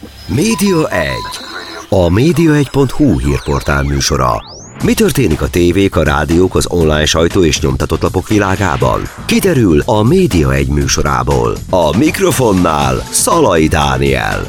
Média 1. A média1.hu hírportál műsora. Mi történik a tévék, a rádiók, az online sajtó és nyomtatott lapok világában? Kiderül a Média 1 műsorából. A mikrofonnál Szalai Dániel.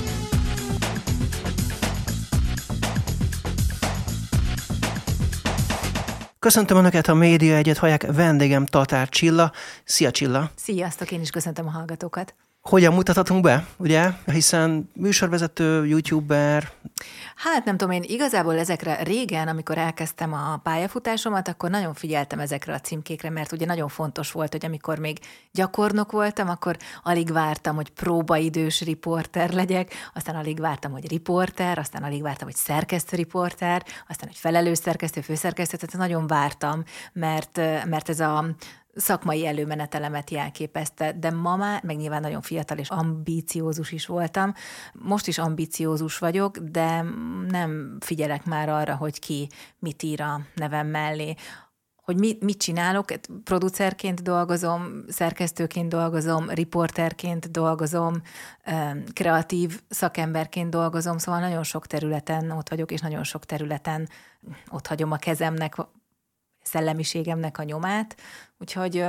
Köszöntöm Önöket, a Média 1-et hallják, vendégem Tatár Csilla. Szia Csilla! Sziasztok, én is köszöntöm a hallgatókat. Hogyan mutathatunk be, ugye? Hiszen műsorvezető, youtuber. Hát nem tudom, én igazából ezekre régen, amikor elkezdtem a pályafutásomat, akkor nagyon figyeltem ezekre a címkékre, mert ugye nagyon fontos volt, hogy amikor még gyakornok voltam, akkor alig vártam, hogy próbaidős riporter legyek, aztán alig vártam, hogy riporter, aztán alig vártam, hogy szerkesztő riporter, aztán hogy felelős szerkesztő, főszerkesztő, tehát nagyon vártam, mert ez a szakmai előmenetelemet jelképezte, de ma már, meg nyilván nagyon fiatal és ambíciózus is voltam. Most is ambíciózus vagyok, de nem figyelek már arra, hogy ki mit ír a nevem mellé. Hogy mit csinálok, producerként dolgozom, szerkesztőként dolgozom, riporterként dolgozom, kreatív szakemberként dolgozom, szóval nagyon sok területen ott vagyok, és nagyon sok területen ott hagyom a kezemnek, szellemiségemnek a nyomát, úgyhogy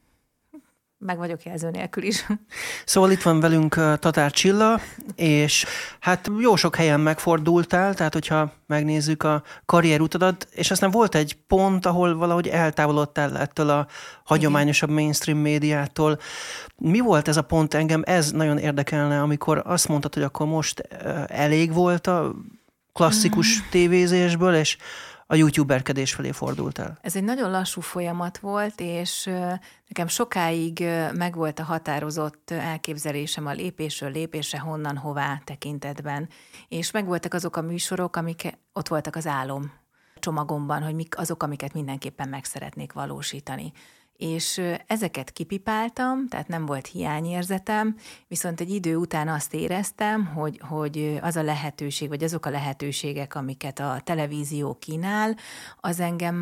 meg vagyok jelző nélkül is. Szóval itt van velünk Tatár Csilla, és hát jó sok helyen megfordultál, tehát hogyha megnézzük a karrierutadat, és aztán volt egy pont, ahol valahogy eltávolodtál ettől a hagyományosabb mainstream médiától. Mi volt ez a pont? Engem ez nagyon érdekelne, amikor azt mondtad, hogy akkor most elég volt a klasszikus tévézésből, és a youtuberkedés felé fordultál. Ez egy nagyon lassú folyamat volt, és nekem sokáig megvolt a határozott elképzelésem a lépésről lépésre, honnan, hová tekintetben. És megvoltak azok a műsorok, amik ott voltak az álom csomagomban, hogy mik azok, amiket mindenképpen meg szeretnék valósítani. És ezeket kipipáltam, tehát nem volt hiányérzetem, viszont egy idő után azt éreztem, hogy az a lehetőség, vagy azok a lehetőségek, amiket a televízió kínál, azok engem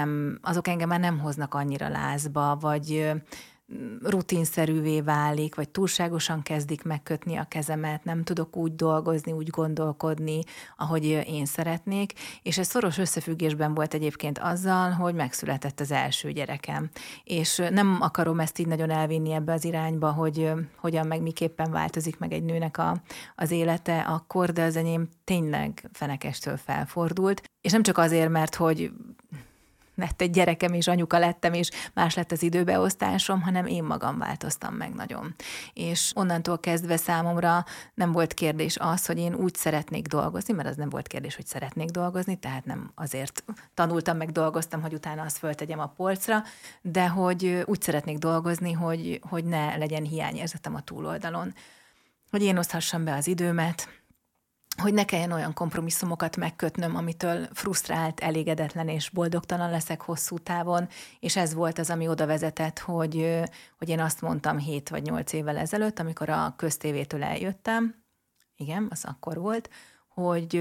már nem hoznak annyira lázba, vagy rutinszerűvé válik, vagy túlságosan kezdik megkötni a kezemet, nem tudok úgy dolgozni, úgy gondolkodni, ahogy én szeretnék, és ez szoros összefüggésben volt egyébként azzal, hogy megszületett az első gyerekem. És nem akarom ezt így nagyon elvinni ebbe az irányba, hogy hogyan meg miképpen változik meg egy nőnek az élete akkor, de az enyém tényleg fenekestől felfordult, és nem csak azért, mert hogy lett egy gyerekem, és anyuka lettem, és más lett az időbeosztásom, hanem én magam változtam meg nagyon. És onnantól kezdve számomra nem volt kérdés az, hogy én úgy szeretnék dolgozni, mert az nem volt kérdés, hogy szeretnék dolgozni, tehát nem azért tanultam meg dolgoztam, hogy utána azt föltegyem a polcra, de hogy úgy szeretnék dolgozni, hogy ne legyen hiányérzetem a túloldalon. Hogy én oszthassam be az időmet, hogy ne kelljen olyan kompromisszumokat megkötnöm, amitől frusztrált, elégedetlen és boldogtalan leszek hosszú távon, és ez volt az, ami oda vezetett, hogy én azt mondtam 7 vagy 8 évvel ezelőtt, amikor a köztévétől eljöttem, igen, az akkor volt, hogy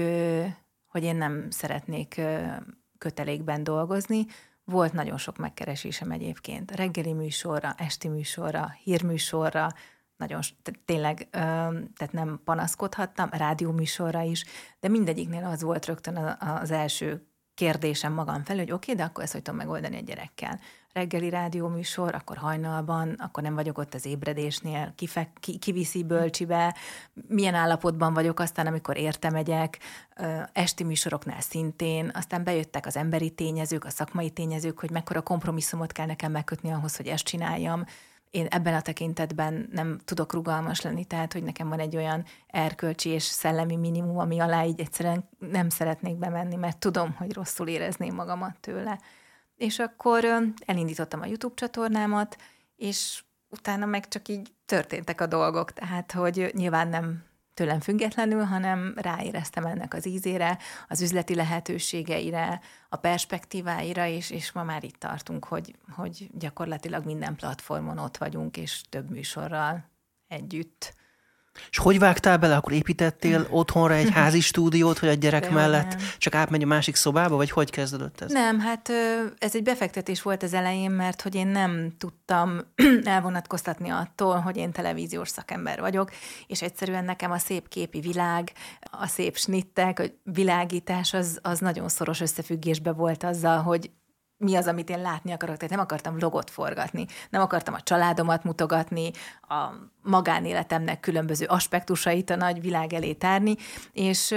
én nem szeretnék kötelékben dolgozni. Volt nagyon sok megkeresésem egyébként, reggeli műsorra, esti műsorra, hírműsorra, nagyon, tényleg, tehát nem panaszkodhattam, rádióműsorra is, de mindegyiknél az volt rögtön az első kérdésem magam felé, hogy oké, de akkor ezt hogy tudom megoldani a gyerekkel. Reggeli rádióműsor, akkor hajnalban, akkor nem vagyok ott az ébredésnél, kiviszi bölcsibe, milyen állapotban vagyok aztán, amikor érte megyek, esti műsoroknál szintén, aztán bejöttek az emberi tényezők, a szakmai tényezők, hogy mekkora kompromisszumot kell nekem megkötni ahhoz, hogy ezt csináljam. Én ebben a tekintetben nem tudok rugalmas lenni, tehát, hogy nekem van egy olyan erkölcsi és szellemi minimum, ami alá így egyszerűen nem szeretnék bemenni, mert tudom, hogy rosszul érezném magamat tőle. És akkor elindítottam a YouTube csatornámat, és utána meg csak így történtek a dolgok, tehát, hogy nyilván nem tőlem függetlenül, hanem ráéreztem ennek az ízére, az üzleti lehetőségeire, a perspektíváira, és ma már itt tartunk, hogy gyakorlatilag minden platformon ott vagyunk, és több műsorral együtt. És hogy vágtál bele? Akkor építettél otthonra egy házi stúdiót, hogy a gyerek De mellett nem. csak átmegy a másik szobába, vagy hogy kezdődött ez? Nem, hát ez egy befektetés volt az elején, mert hogy én nem tudtam elvonatkoztatni attól, hogy én televíziós szakember vagyok, és egyszerűen nekem a szép képi világ, a szép snittek, a világítás az nagyon szoros összefüggésbe volt azzal, hogy mi az, amit én látni akarok. Tehát nem akartam logot forgatni, nem akartam a családomat mutogatni, a magánéletemnek különböző aspektusait a nagy világ elé tárni, és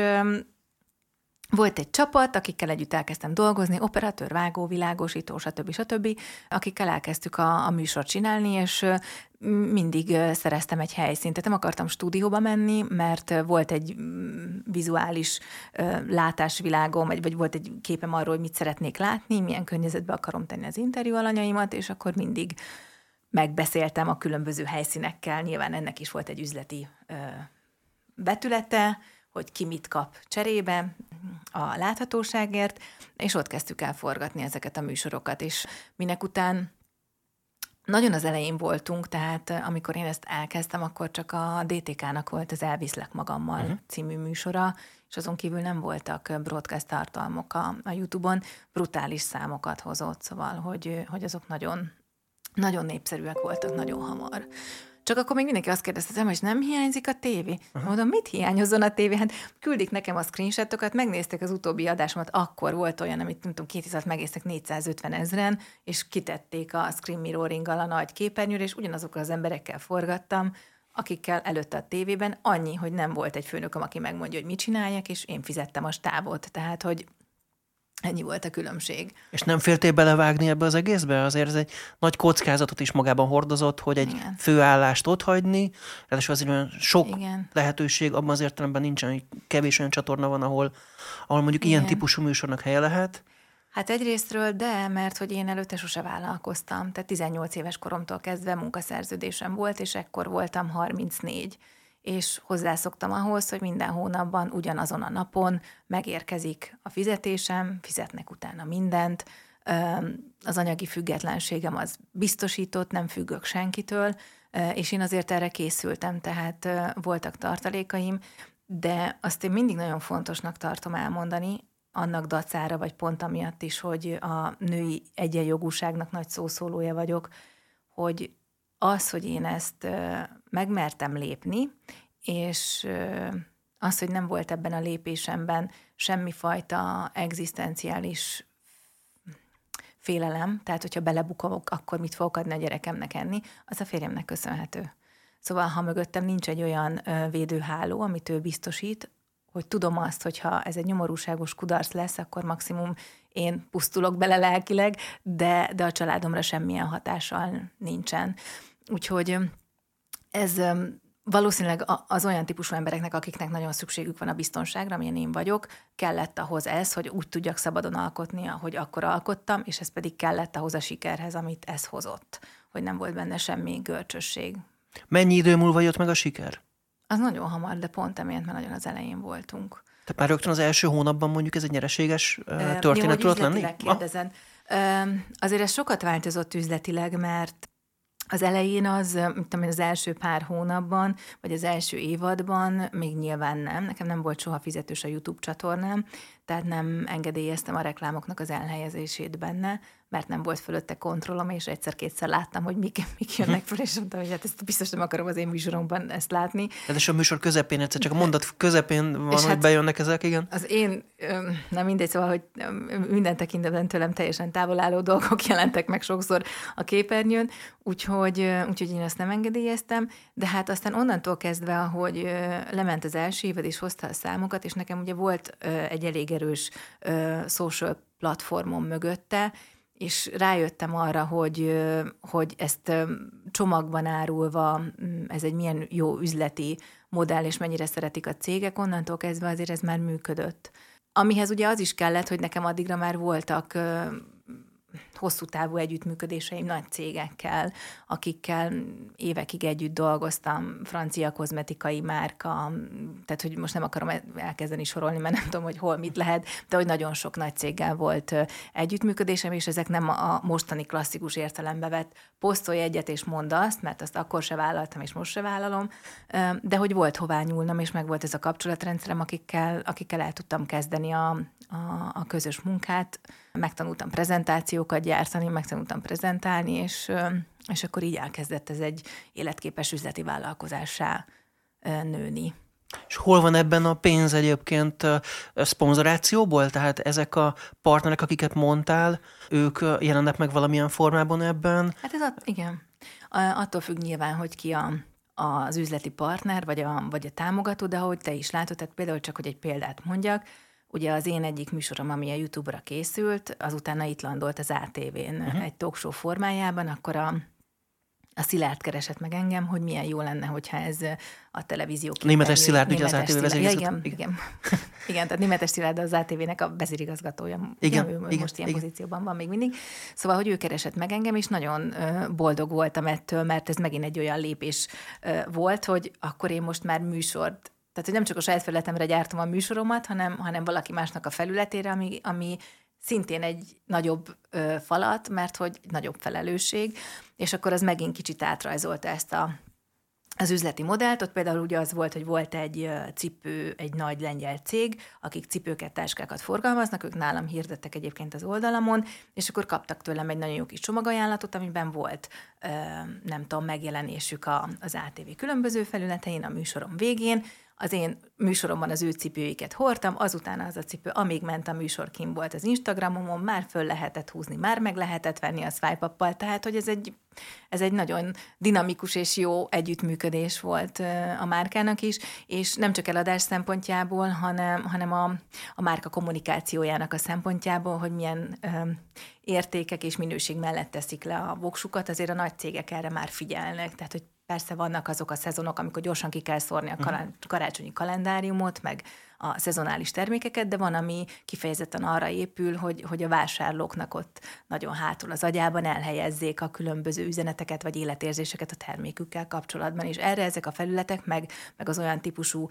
volt egy csapat, akikkel együtt elkezdtem dolgozni, operatőr, vágó, világosító, stb., akikkel elkezdtük a műsort csinálni, és mindig szereztem egy helyszínt. Tehát nem akartam stúdióba menni, mert volt egy vizuális látásvilágom, vagy volt egy képem arról, hogy mit szeretnék látni, milyen környezetbe akarom tenni az interjú alanyaimat, és akkor mindig megbeszéltem a különböző helyszínekkel. Nyilván ennek is volt egy üzleti betülete, hogy ki mit kap cserébe a láthatóságért, és ott kezdtük el forgatni ezeket a műsorokat, és minek után nagyon az elején voltunk, tehát amikor én ezt elkezdtem, akkor csak a DTK-nak volt az Elviszlek magammal című műsora, és azon kívül nem voltak broadcast tartalmok a YouTube-on, brutális számokat hozott, szóval, hogy azok nagyon, nagyon népszerűek voltak nagyon hamar. Csak akkor még mindenki azt kérdezte, hogy nem hiányzik a tévé? Mondom, mit hiányozzon a tévé? Hát küldik nekem a screenshotokat, megnézték az utóbbi adásomat, akkor volt olyan, amit nem tudom, 2 évet megnéztek 450 000-en, és kitették a screen mirroringgal a nagy képernyőre, és ugyanazokkal az emberekkel forgattam, akikkel előtte a tévében, annyi, hogy nem volt egy főnököm, aki megmondja, hogy mit csináljak, és én fizettem a stábot. Tehát, hogy ennyi volt a különbség. És nem féltél belevágni ebbe az egészbe? Azért ez egy nagy kockázatot is magában hordozott, hogy egy főállást otthagyni, ráadásul azért olyan sok lehetőség, abban az értelemben nincsen, hogy kevés olyan csatorna van, ahol mondjuk ilyen típusú műsornak helye lehet. Hát egyrésztről, de mert hogy én előtte sose vállalkoztam. Tehát 18 éves koromtól kezdve munkaszerződésem volt, és ekkor voltam 34. És hozzászoktam ahhoz, hogy minden hónapban ugyanazon a napon megérkezik a fizetésem, fizetnek utána mindent, az anyagi függetlenségem az biztosított, nem függök senkitől, és én azért erre készültem, tehát voltak tartalékaim, de azt én mindig nagyon fontosnak tartom elmondani, annak dacára, vagy pont amiatt is, hogy a női egyenjogúságnak nagy szószólója vagyok, hogy az, hogy én ezt megmertem lépni, és az, hogy nem volt ebben a lépésemben semmifajta egzisztenciális félelem, tehát hogyha belebukok, akkor mit fogok adni a gyerekemnek enni, az a férjemnek köszönhető. Szóval, ha mögöttem nincs egy olyan védőháló, amit ő biztosít, hogy tudom azt, hogyha ez egy nyomorúságos kudarc lesz, akkor maximum én pusztulok bele lelkileg, de a családomra semmilyen hatással nincsen. Úgyhogy ez valószínűleg az olyan típusú embereknek, akiknek nagyon szükségük van a biztonságra, amilyen én vagyok, kellett ahhoz ez, hogy úgy tudjak szabadon alkotni, ahogy akkor alkottam, és ez pedig kellett ahhoz a sikerhez, amit ez hozott, hogy nem volt benne semmi görcsösség. Mennyi idő múlva jött meg a siker? Az nagyon hamar, de pont emiatt, mert nagyon az elején voltunk. Tehát már rögtön az első hónapban mondjuk ez egy nyereséges történet tudott lenni? Kérdezed. Azért ez sokat változott üzletileg, mert az elején az első pár hónapban, vagy az első évadban még nyilván nem. Nekem nem volt soha fizetős a YouTube csatornám, tehát nem engedélyeztem a reklámoknak az elhelyezését benne, mert nem volt fölötte kontrollom, és egyszer-kétszer láttam, hogy mik jönnek fel, és mondtam, hogy hát ezt biztos nem akarom az én műsoromban ezt látni. Ez a műsor közepén egyszer, csak a mondat közepén van, hogy bejönnek ezek, igen? Az én, mindegy, szóval, hogy minden tekintetben tőlem teljesen távol álló dolgok jelentek meg sokszor a képernyőn, úgyhogy én ezt nem engedélyeztem, de hát aztán onnantól kezdve, ahogy lement az első évad, és hozta a számokat, és nekem ugye volt egy elég erős social platformom mögötte, és rájöttem arra, hogy ezt csomagban árulva ez egy milyen jó üzleti modell, és mennyire szeretik a cégek, onnantól kezdve azért ez már működött. Amihez ugye az is kellett, hogy nekem addigra már voltak hosszú távú együttműködéseim nagy cégekkel, akikkel évekig együtt dolgoztam, francia kozmetikai márka, tehát hogy most nem akarom elkezdeni sorolni, mert nem tudom, hogy hol mit lehet, de hogy nagyon sok nagy céggel volt együttműködésem, és ezek nem a mostani klasszikus értelembe vett posztolj egyet és mondd azt, mert azt akkor se vállaltam, és most se vállalom, de hogy volt hová nyúlnom, és meg volt ez a kapcsolatrendszerem, akikkel el tudtam kezdeni a közös munkát. Megtanultam prezentációkat gyártani, megtanultam prezentálni, és akkor így elkezdett ez egy életképes üzleti vállalkozássá nőni. És hol van ebben a pénz egyébként szponzorációból? Tehát ezek a partnerek, akiket mondtál, ők jelennek meg valamilyen formában ebben? Hát igen. Attól függ nyilván, hogy ki az üzleti partner, vagy a támogató, de ahogy te is látod, tehát például csak, hogy egy példát mondjak, ugye az én egyik műsorom, ami a YouTube-ra készült, azutána itt landolt az ATV-n egy talkshow formájában, akkor a Szilárd keresett meg engem, hogy milyen jó lenne, hogyha ez a televízió képernyő. Németes Szilárd, ugye az ATV vezérigazgató. Igen, tehát Németes Szilárd az ATV-nek a vezérigazgatója. Igen. Most ilyen pozícióban van még mindig. Szóval, hogy ő keresett meg engem, és nagyon boldog voltam ettől, mert ez megint egy olyan lépés volt, hogy akkor én most már műsort, tehát hogy nem csak a saját felületemre gyártom a műsoromat, hanem valaki másnak a felületére, ami szintén egy nagyobb falat, mert hogy nagyobb felelősség, és akkor az megint kicsit átrajzolta ezt az üzleti modellt. Ott például ugye az volt, hogy volt egy egy nagy lengyel cég, akik cipőket, táskákat forgalmaznak, ők nálam hirdettek egyébként az oldalamon, és akkor kaptak tőlem egy nagyon jó kis csomagajánlatot, amiben volt, nem tudom, megjelenésük az ATV különböző felületein, a műsorom végén. Az én műsoromban az ő cipőiket hordtam, azután az a cipő, amíg ment a műsor, kim volt az Instagramomon, már föl lehetett húzni, már meg lehetett venni a swipe-uppal, tehát hogy ez egy nagyon dinamikus és jó együttműködés volt a márkának is, és nem csak eladás szempontjából, hanem a márka kommunikációjának a szempontjából, hogy milyen értékek és minőség mellett teszik le a voksukat, azért a nagy cégek erre már figyelnek, tehát hogy persze vannak azok a szezonok, amikor gyorsan ki kell szórni a karácsonyi kalendáriumot, meg a szezonális termékeket, de van, ami kifejezetten arra épül, hogy a vásárlóknak ott nagyon hátul az agyában elhelyezzék a különböző üzeneteket vagy életérzéseket a termékükkel kapcsolatban, és erre ezek a felületek, meg az olyan típusú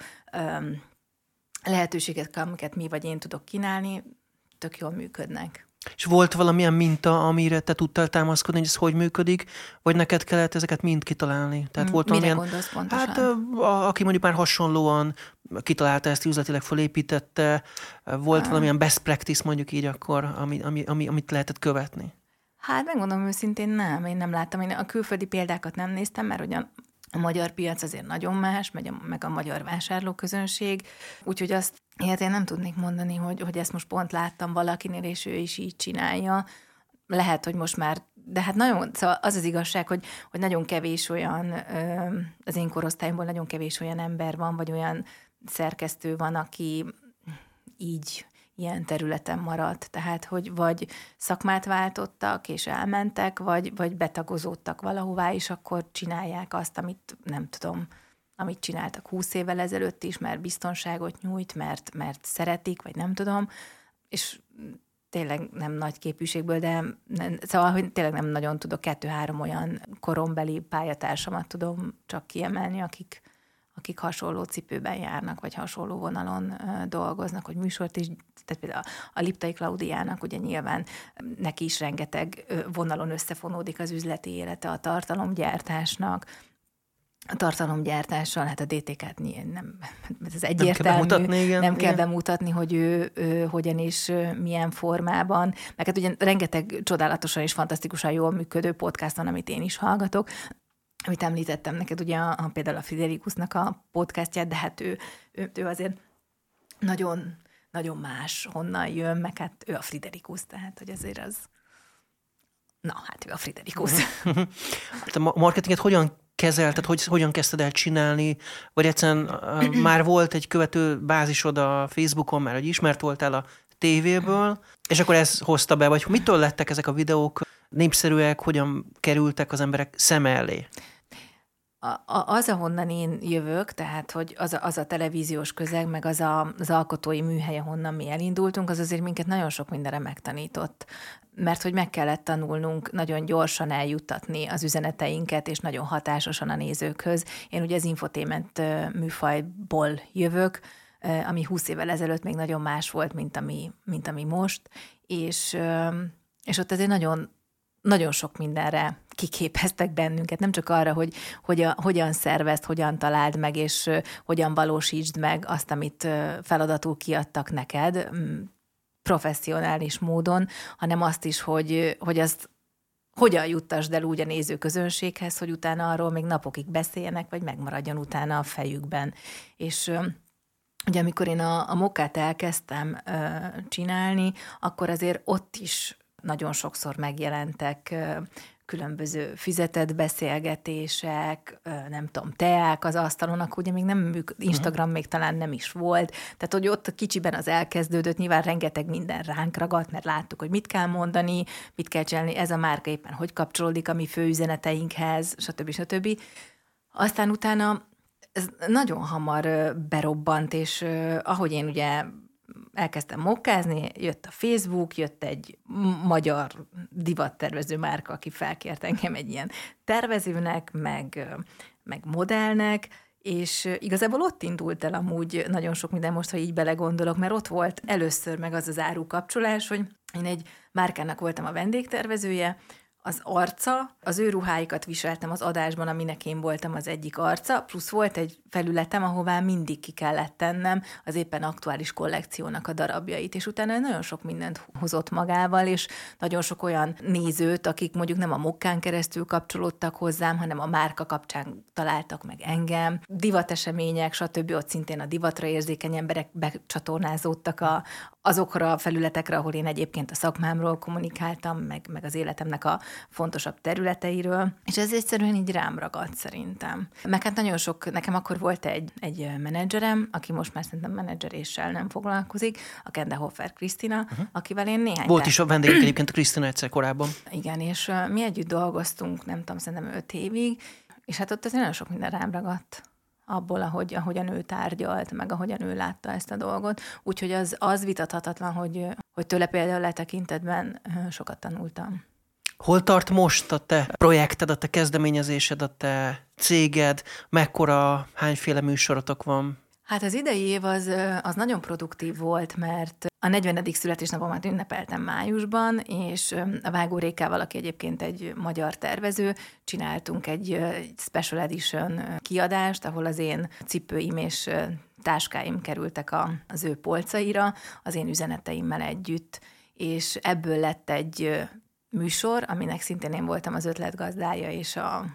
lehetőségek, amiket mi vagy én tudok kínálni, tök jól működnek. És volt valamilyen minta, amire te tudtál támaszkodni, hogy ez hogy működik, vagy neked kellett ezeket mind kitalálni? Tehát volt mire gondolsz pontosan? Hát aki mondjuk már hasonlóan kitalálta ezt, üzletileg felépítette, volt valamilyen best practice mondjuk így akkor, amit lehetett követni? Hát megmondom őszintén nem, én nem láttam. Én a külföldi példákat nem néztem, mert ugyan a magyar piac azért nagyon más, meg a magyar vásárlóközönség, úgyhogy azt én nem tudnék mondani, hogy ezt most pont láttam valakinél, és ő is így csinálja. Lehet, hogy most már, de hát nagyon, szóval az az igazság, hogy nagyon kevés olyan, az én korosztályomból nagyon kevés olyan ember van, vagy olyan szerkesztő van, aki így ilyen területen maradt. Tehát, hogy vagy szakmát váltottak, és elmentek, vagy betagozódtak valahová, és akkor csinálják azt, amit nem tudom, amit csináltak 20 évvel ezelőtt is, mert biztonságot nyújt, mert szeretik, vagy nem tudom, és tényleg nem nagy képűségből, de szóval, hogy tényleg nem nagyon tudok 2-3 olyan korombeli pályatársamat tudom csak kiemelni, akik hasonló cipőben járnak, vagy hasonló vonalon dolgoznak, hogy műsort is, tehát például a Liptai Klaudiának ugye nyilván neki is rengeteg vonalon összefonódik az üzleti élete a tartalomgyártásnak, a tartalomgyártással, hát a DTK-t nem, ez egyértelmű, nem kell bemutatni, hogy ő hogyan és milyen formában. Meg hát ugye rengeteg csodálatosan és fantasztikusan jól működő podcast van, amit én is hallgatok, amit említettem neked, ugye például a Friderikusnak a podcastját, de hát ő azért nagyon, nagyon más honnan jön, meg hát ő a Friderikus, tehát hogy azért az... Na, hát ő a Friderikus. A marketinget hogyan kezelted, hogyan kezdted el csinálni, vagy egyszerűen már volt egy követő bázisod a Facebookon, már hogy ismert voltál a tévéből, és akkor ez hozta be, vagy mitől lettek ezek a videók népszerűek, hogyan kerültek az emberek szeme elé? az, ahonnan én jövök, tehát hogy az a televíziós közeg, meg az alkotói műhely, ahonnan mi elindultunk, az azért minket nagyon sok mindenre megtanított. Mert hogy meg kellett tanulnunk nagyon gyorsan eljuttatni az üzeneteinket, és nagyon hatásosan a nézőkhöz. Én ugye az infotainment műfajból jövök, ami 20 évvel ezelőtt még nagyon más volt, mint ami most, és ott azért nagyon, nagyon sok mindenre kiképeztek bennünket, nem csak arra, hogy hogyan szervezd, hogyan találd meg, és hogyan valósítsd meg azt, amit feladatul kiadtak neked professzionális módon, hanem azt is, hogy azt hogyan juttasd el úgy a nézőközönséghez, hogy utána arról még napokig beszéljenek, vagy megmaradjon utána a fejükben. És ugye amikor én a Mokkát elkezdtem csinálni, akkor azért ott is nagyon sokszor megjelentek különböző fizetett beszélgetések, nem tudom, teák az asztalon, akkor ugye még nem Instagram még talán nem is volt. Tehát, hogy ott a kicsiben az elkezdődött, nyilván rengeteg minden ránk ragadt, mert láttuk, hogy mit kell mondani, mit kell csinálni, ez a márka éppen hogy kapcsolódik a mi főüzeneteinkhez, stb. Aztán utána ez nagyon hamar berobbant, és ahogy én ugye elkezdtem mokkázni, jött a Facebook, jött egy magyar divattervező márka, aki felkért engem egy ilyen tervezőnek, meg modellnek, és igazából ott indult el amúgy nagyon sok minden most, ha így belegondolok, mert ott volt először meg az árukapcsolás, hogy én egy márkának voltam a vendégtervezője, az arca, az ő ruháikat viseltem az adásban, aminek én voltam az egyik arca, plusz volt egy felületem, ahová mindig ki kellett tennem az éppen aktuális kollekciónak a darabjait, és utána nagyon sok mindent hozott magával, és nagyon sok olyan nézőt, akik mondjuk nem a Mokkán keresztül kapcsolódtak hozzám, hanem a márka kapcsán találtak meg engem. Divatesemények, stb. Ott szintén a divatra érzékeny emberek becsatornázódtak azokra a felületekre, ahol én egyébként a szakmámról kommunikáltam, meg az életemnek a fontosabb területeiről, és ez egyszerűen így rám ragadt szerintem. Meg hát nagyon sok, nekem akkor volt egy menedzserem, aki most már szerintem menedzseréssel nem foglalkozik, a Kendehofer Krisztina, akivel én néhány... Volt is a vendégünk egyébként a Krisztina egyszer korábban. Igen, és mi együtt dolgoztunk, nem tudom, szerintem 5 évig, és hát ott ez nagyon sok minden rám ragadt abból, ahogyan ő tárgyalt, meg ahogyan ő látta ezt a dolgot. Úgyhogy az vitathatatlan, hogy tőle például letekintetben sokat tanultam. Hol tart most a te projekted, a te kezdeményezésed, a te céged? Mekkora, hányféle műsorotok van? Hát az idei év az nagyon produktív volt, mert a 40. születésnapomat ünnepeltem májusban, és a Vágó Rékával, aki egyébként egy magyar tervező, csináltunk egy special edition kiadást, ahol az én cipőim és táskáim kerültek az ő polcaira, az én üzeneteimmel együtt, és ebből lett egy műsor, aminek szintén én voltam az ötletgazdája és a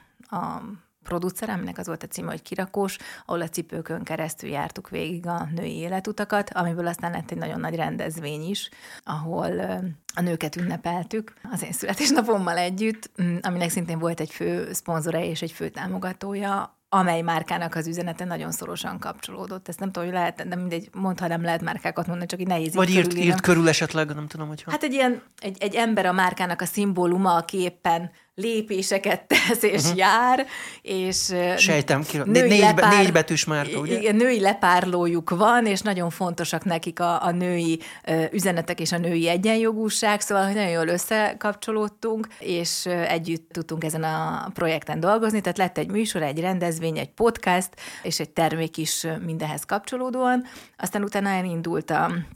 producer, aminek az volt a címe, hogy Kirakós, ahol a cipőkön keresztül jártuk végig a női életutakat, amiből aztán lett egy nagyon nagy rendezvény is, ahol a nőket ünnepeltük az én születésnapommal együtt, aminek szintén volt egy fő szponzora és egy fő támogatója, amely márkának az üzenete nagyon szorosan kapcsolódott. Ezt nem tudom, hogy lehet, de mindegy, mondha nem lehet márkákat mondani, csak így nehéz. Vagy írt körül esetleg, nem tudom, hogyha... Hát egy ember a márkának a szimbóluma, aki éppen lépéseket tesz és jár, és... Sejtem, négy betűs márka, ugye? Igen, női lepárlójuk van, és nagyon fontosak nekik a női üzenetek és a női egyenjogúság, szóval hogy nagyon jól összekapcsolódtunk, és együtt tudtunk ezen a projekten dolgozni, tehát lett egy műsor, egy rendezvény, egy podcast, és egy termék is mindenhez kapcsolódóan. Aztán utána elindult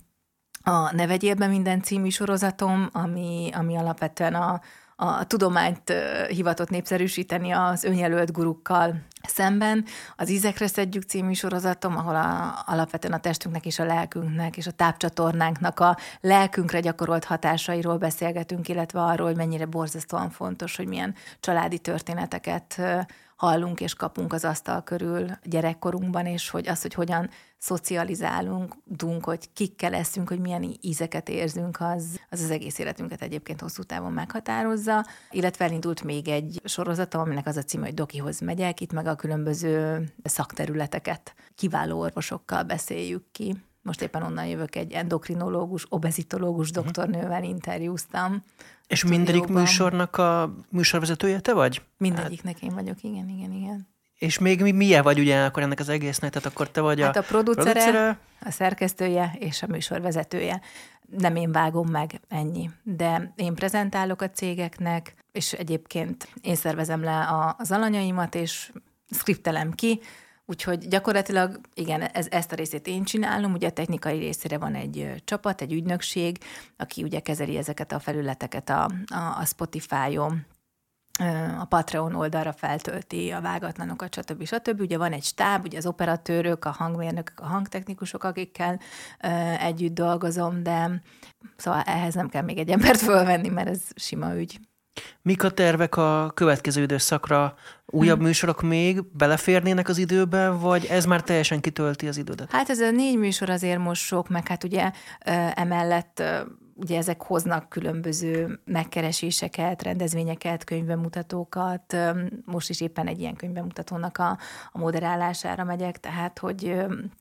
a Ne vegyél be minden című sorozatom, ami alapvetően a tudományt hivatott népszerűsíteni az önjelölt gurukkal szemben. Az Ízekre szedjük című sorozatom, ahol alapvetően a testünknek és a lelkünknek és a tápcsatornánknak a lelkünkre gyakorolt hatásairól beszélgetünk, illetve arról, hogy mennyire borzasztóan fontos, hogy milyen családi történeteket hallunk és kapunk az asztal körül gyerekkorunkban, és hogy hogyan szocializálunk, hogy kikkel leszünk, hogy milyen ízeket érzünk, az egész életünket egyébként hosszú távon meghatározza. Illetve elindult még egy sorozatom, aminek az a címe, hogy Dokihoz megyek, itt meg a különböző szakterületeket kiváló orvosokkal beszéljük ki. Most éppen onnan jövök, egy endokrinológus, obezitológus doktornővel interjúztam. És stúdióban. mindegyik műsornak a műsorvezetője te vagy? Mindegyiknek én vagyok, igen. És még milyen vagy ugye akkor ennek az egésznek? Tehát akkor te vagy a producere, a szerkesztője és a műsorvezetője. Nem én vágom meg, ennyi. De én prezentálok a cégeknek, és egyébként én szervezem le az alanyaimat, és skriptelem ki, úgyhogy gyakorlatilag igen, ezt a részét én csinálom, ugye a technikai részére van egy csapat, egy ügynökség, aki ugye kezeli ezeket a felületeket a Spotify-on, a Patreon oldalra feltölti a vágatlanokat, stb. Ugye van egy stáb, ugye az operatőrök, a hangmérnökök, a hangtechnikusok, akikkel együtt dolgozom, de szóval ehhez nem kell még egy embert fölvenni, mert ez sima ügy. Mik a tervek a következő időszakra? Újabb műsorok még beleférnének az időbe, vagy ez már teljesen kitölti az idődet? Hát ez a 4 műsor azért most sok, meg hát ugye emellett ugye ezek hoznak különböző megkereséseket, rendezvényeket, könyvbemutatókat. Most is éppen egy ilyen könyvbemutatónak a moderálására megyek, tehát hogy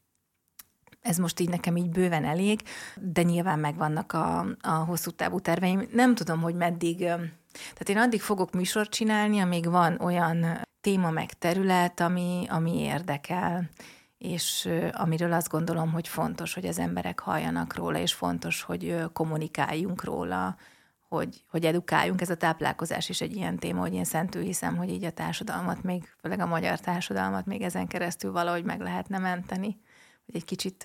ez most így nekem így bőven elég, de nyilván megvannak a hosszú távú terveim. Nem tudom, hogy meddig, tehát én addig fogok műsort csinálni, amíg van olyan téma meg terület, ami érdekel, és amiről azt gondolom, hogy fontos, hogy az emberek halljanak róla, és fontos, hogy kommunikáljunk róla, hogy edukáljunk. Ez a táplálkozás is egy ilyen téma, hogy én szentül hiszem, hogy így a társadalmat, még főleg a magyar társadalmat még ezen keresztül valahogy meg lehetne menteni, hogy egy kicsit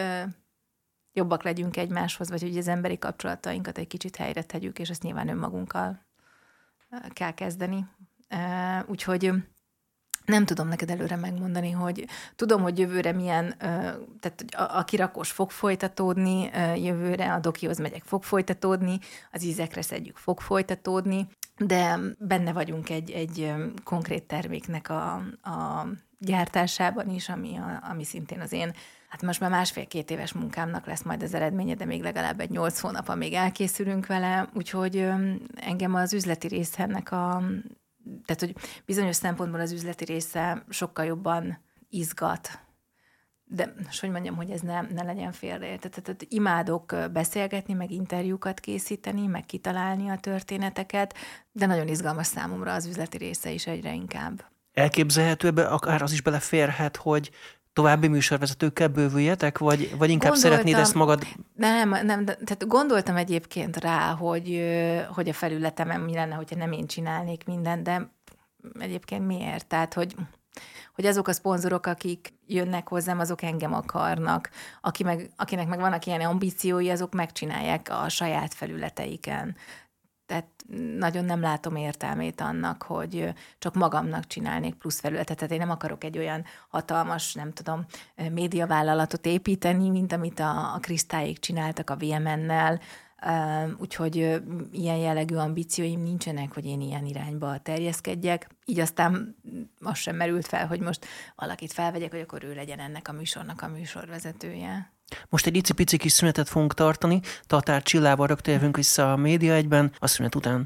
jobbak legyünk egymáshoz, vagy hogy az emberi kapcsolatainkat egy kicsit helyre tegyük, és ezt nyilván önmagunkkal kell kezdeni. Úgyhogy nem tudom neked előre megmondani, hogy tudom, hogy jövőre milyen, tehát a kirakós fog folytatódni, jövőre a dokihoz megyek fog folytatódni, az ízekre szedjük fog folytatódni, de benne vagyunk egy konkrét terméknek a gyártásában is, ami szintén az én, hát most már 1,5-2 éves munkámnak lesz majd az eredménye, de még legalább egy 8 hónap, amíg elkészülünk vele, úgyhogy engem az üzleti része ennek tehát, hogy bizonyos szempontból az üzleti része sokkal jobban izgat. De hogy mondjam, hogy ez ne legyen félreértett. Tehát imádok beszélgetni, meg interjúkat készíteni, meg kitalálni a történeteket, de nagyon izgalmas számomra az üzleti része is egyre inkább. Elképzelhető ebbe, akár az is beleférhet, hogy további műsorvezetőkkel bővüljetek, vagy inkább szeretnéd ezt magad? Nem, tehát gondoltam egyébként rá, hogy a felületemen mi lenne, hogyha nem én csinálnék mindent, de egyébként miért? Tehát, hogy azok a szponzorok, akik jönnek hozzám, azok engem akarnak. Akinek meg vannak ilyen ambíciói, azok megcsinálják a saját felületeiken. Tehát nagyon nem látom értelmét annak, hogy csak magamnak csinálnék plusz felületet. Tehát én nem akarok egy olyan hatalmas, nem tudom, médiavállalatot építeni, mint amit a Kristályék csináltak a VMN-nel, úgyhogy ilyen jellegű ambícióim nincsenek, hogy én ilyen irányba terjeszkedjek. Így aztán az sem merült fel, hogy most valakit felvegyek, hogy akkor ő legyen ennek a műsornak a műsorvezetője. Most egy icipici kis szünetet fogunk tartani, Tatár Csillával rögtön jövünk vissza a Média 1-ben, a szünet után.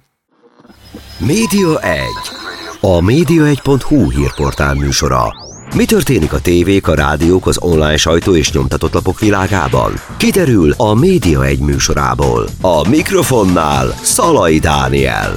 Média 1. A média1.hu hírportál műsora. Mi történik a tévék, a rádiók, az online sajtó és nyomtatott lapok világában? Kiderül a Média 1 műsorából. A mikrofonnál Szalai Dániel.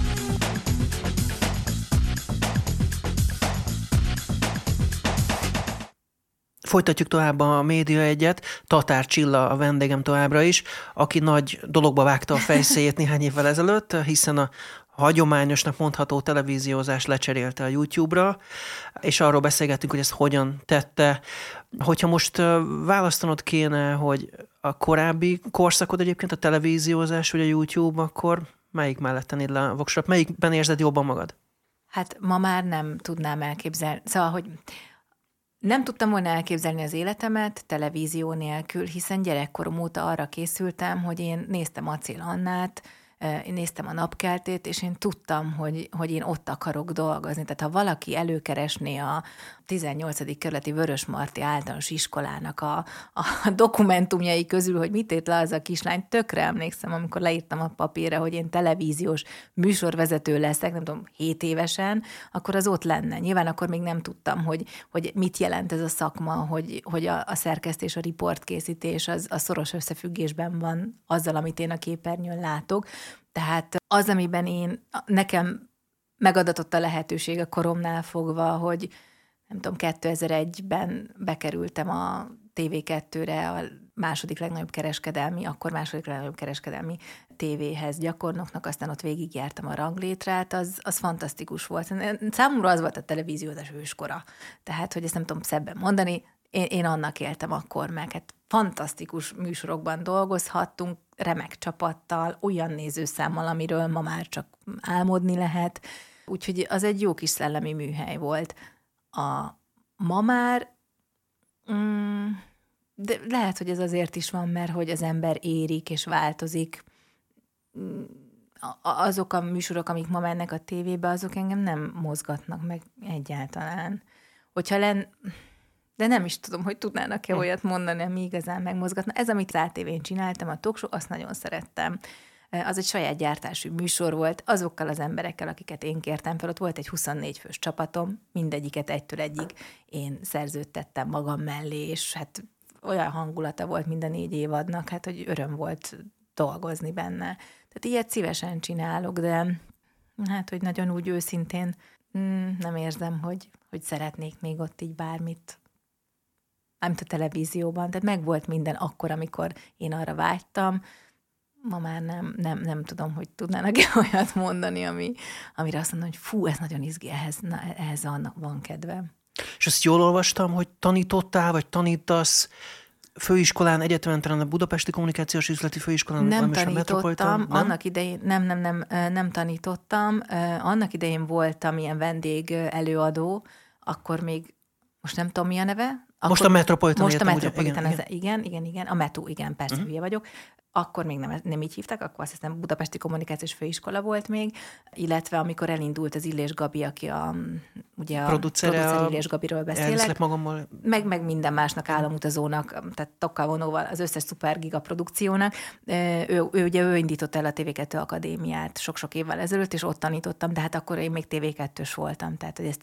Folytatjuk tovább a Média 1-et. Tatár Csilla a vendégem továbbra is, aki nagy dologba vágta a fejszéjét néhány évvel ezelőtt, hiszen a hagyományosnak mondható televíziózást lecserélte a YouTube-ra, és arról beszélgettünk, hogy ezt hogyan tette. Hogyha most választanod kéne, hogy a korábbi korszakod egyébként a televíziózás vagy a YouTube, akkor melyik mellett tennéd le a voksot? Melyikben érzed jobban magad? Hát ma már nem tudnám elképzelni. Szóval, hogy nem tudtam volna elképzelni az életemet televízió nélkül, hiszen gyerekkorom óta arra készültem, hogy én néztem Acél Annát, én néztem a Napkeltét, és én tudtam, hogy én ott akarok dolgozni. Tehát ha valaki előkeresné a 18. kerületi Vörösmarty általános iskolának a dokumentumjai közül, hogy mit írt le az a kislány, tökre emlékszem, amikor leírtam a papírra, hogy én televíziós műsorvezető leszek, nem tudom, 7 évesen, akkor az ott lenne. Nyilván akkor még nem tudtam, hogy mit jelent ez a szakma, hogy a szerkesztés, a riportkészítés az szoros összefüggésben van azzal, amit én a képernyőn látok. Tehát az, amiben nekem megadatott a lehetőség a koromnál fogva, hogy nem tudom, 2001-ben bekerültem a TV2-re, a második legnagyobb kereskedelmi tévéhez gyakornoknak, aztán ott végigjártam a ranglétrát, az fantasztikus volt. Számomra az volt a televíziózás őskora. Tehát, hogy ezt nem tudom szebben mondani, én annak éltem akkor meg. Hát fantasztikus műsorokban dolgozhattunk, remek csapattal, olyan nézőszámmal, amiről ma már csak álmodni lehet. Úgyhogy az egy jó kis szellemi műhely volt. Ma már... De lehet, hogy ez azért is van, mert hogy az ember érik és változik. Azok a műsorok, amik ma mennek a tévébe, azok engem nem mozgatnak meg egyáltalán. De nem is tudom, hogy tudnának-e olyat mondani, ami igazán megmozgatna. Ez, amit az ATV-n csináltam, a talk show, azt nagyon szerettem. Az egy saját gyártású műsor volt, azokkal az emberekkel, akiket én kértem fel. Ott volt egy 24 fős csapatom, mindegyiket egytől egyig én szerződtettem magam mellé, és hát olyan hangulata volt mind a 4 évadnak, hát hogy öröm volt dolgozni benne. Tehát ilyet szívesen csinálok, de hát, hogy nagyon úgy őszintén nem érzem, hogy szeretnék még ott így bármit, amit a televízióban. Tehát megvolt minden akkor, amikor én arra vágytam. Ma már nem tudom, hogy tudnának-e olyat mondani, amire azt mondom, hogy fú, ez nagyon izgi, ehhez van kedvem. És azt jól olvastam, hogy tanítottál, vagy tanítasz főiskolán, egyetemen, talán a Budapesti Kommunikációs Üzleti Főiskolán? Nem tanítottam, annak idején nem tanítottam. Annak idején voltam ilyen vendég előadó, akkor még, most nem tudom mi a neve. Most a Metropolitan. Most a Metropolitan, igen, a Metro, igen, persze, hülye vagyok. Akkor még nem így hívták, akkor azt hiszem Budapesti Kommunikációs Főiskola volt még, illetve amikor elindult az Illés Gabi, aki a producer Illés Gabiról beszélek, magammal. Meg minden másnak, államutazónak, tehát Tokkal Vonóval, az összes szuper giga produkciónak. Ő indította el a TV2 Akadémiát sok-sok évvel ezelőtt, és ott tanítottam, de hát akkor én még TV2-s voltam, tehát hogy ez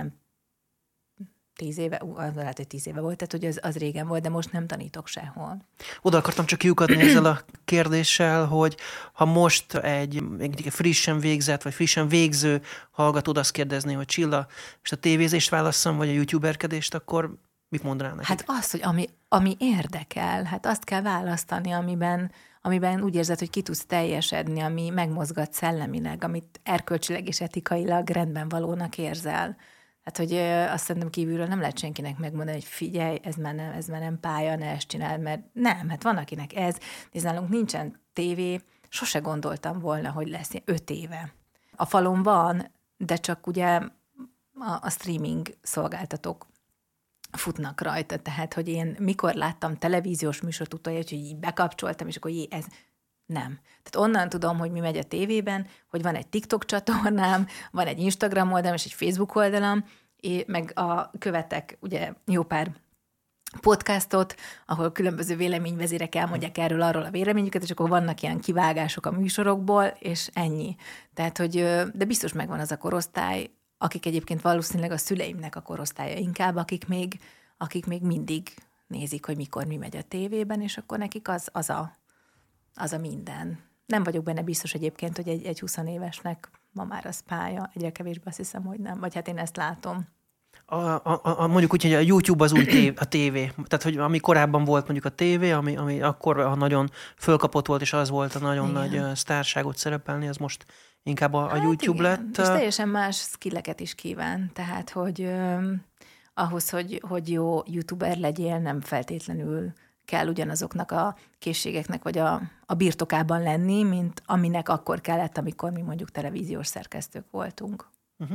10 éve, lehet, hogy 10 éve volt, tehát hogy az régen volt, de most nem tanítok sehol. Oda akartam csak kiukadni ezzel a kérdéssel, hogy ha most egy frissen végzett, vagy frissen végző hallgatód azt kérdezni, hogy Csilla, és a tévézést válasszam, vagy a youtuberkedést, akkor mit mondanál nekik? Hát az, hogy ami érdekel, hát azt kell választani, amiben úgy érzed, hogy ki tudsz teljesedni, ami megmozgat szellemileg, amit erkölcsileg és etikailag rendben valónak érzel. Hát, hogy azt szerintem kívülről nem lehet senkinek megmondani, hogy figyelj, ez már nem pálya, ne ezt csináld, mert nem, hát van akinek ez. Nézd, nálunk nincsen tévé, sose gondoltam volna, hogy lesz 5 éve. A falon van, de csak ugye a streaming szolgáltatók futnak rajta, tehát, hogy én mikor láttam televíziós műsort utoljára, hogy így bekapcsoltam, és akkor ez... Nem. Tehát onnan tudom, hogy mi megy a tévében, hogy van egy TikTok csatornám, van egy Instagram oldalam és egy Facebook oldalam, meg követek ugye jó pár podcastot, ahol különböző véleményvezérek elmondják arról a véleményüket, és akkor vannak ilyen kivágások a műsorokból, és ennyi. Tehát, hogy de biztos megvan az a korosztály, akik egyébként valószínűleg a szüleimnek a korosztálya inkább, akik még mindig nézik, hogy mikor mi megy a tévében, és akkor nekik az a minden. Nem vagyok benne biztos egyébként, hogy egy 20 évesnek ma már az pálya. Egyre kevésbé azt hiszem, hogy nem. Vagy hát én ezt látom. Mondjuk úgy, hogy a YouTube az új a tévé. Tehát, hogy ami korábban volt mondjuk a tévé, ami akkor nagyon fölkapott volt, és az volt a nagyon nagy sztárságot szerepelni, az most inkább a YouTube igen. lett. És teljesen más skilleket is kíván. Tehát, hogy ahhoz, hogy jó YouTuber legyél, nem feltétlenül kell ugyanazoknak a készségeknek, vagy a birtokában lenni, mint aminek akkor kellett, amikor mi mondjuk televíziós szerkesztők voltunk.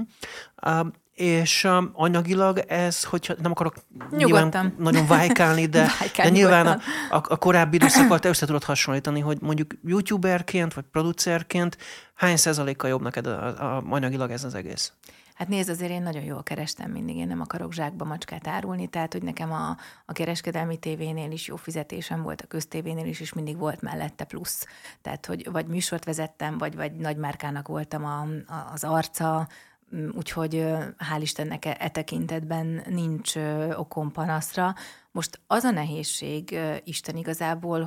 És anyagilag ez, hogyha nem akarok nyugodtan nagyon vájkálni, de nyilván a korábbi időszakkal te össze tudod hasonlítani, hogy mondjuk youtuberként, vagy producerként hány százalékkal jobb neked anyagilag ez az egész? Hát nézd, azért én nagyon jól kerestem mindig, én nem akarok zsákba macskát árulni, tehát hogy nekem a kereskedelmi tévénél is jó fizetésem volt, a köztévénél is, és mindig volt mellette plusz. Tehát, hogy vagy műsort vezettem, vagy nagymárkának voltam az arca, úgyhogy hál' Istennek e tekintetben nincs okom panaszra. Most az a nehézség Isten igazából,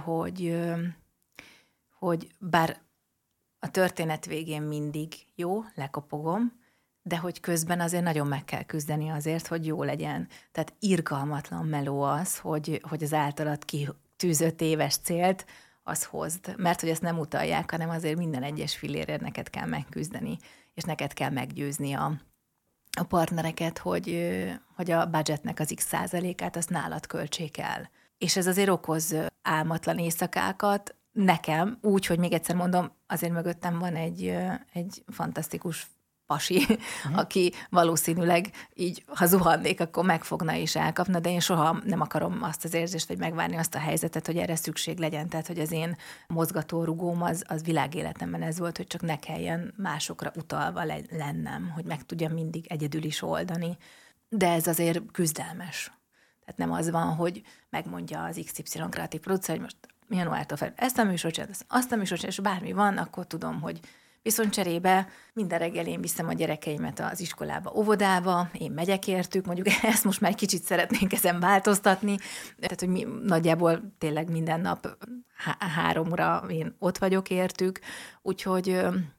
hogy bár a történet végén mindig jó, lekopogom, de hogy közben azért nagyon meg kell küzdeni azért, hogy jó legyen. Tehát irgalmatlan meló az, hogy az általad kitűzött éves célt, az hozd. Mert hogy ezt nem utalják, hanem azért minden egyes fillérért neked kell megküzdeni, és neked kell meggyőzni a partnereket, hogy a budgetnek az x százalékát azt nálad költsék el. És ez azért okoz álmatlan éjszakákat. Nekem úgy, hogy még egyszer mondom, azért mögöttem van egy fantasztikus pasi, aki valószínűleg így, ha zuhannék, akkor megfogna és elkapna, de én soha nem akarom azt az érzést, vagy megvárni azt a helyzetet, hogy erre szükség legyen. Tehát, hogy az én mozgatórugóm az világéletemben ez volt, hogy csak ne kelljen másokra utalva lennem, hogy meg tudjam mindig egyedül is oldani. De ez azért küzdelmes. Tehát nem az van, hogy megmondja az XY kreatív producer, hogy most januártól fel ezt a műsort csinálsz, azt a műsort csinálsz, és bármi van, akkor tudom, hogy viszont cserébe minden reggel én viszem a gyerekeimet az iskolába, óvodába, én megyek értük, mondjuk ezt most már egy kicsit szeretnénk ezen változtatni, tehát hogy mi nagyjából tényleg minden nap 3-ra én ott vagyok értük, úgyhogy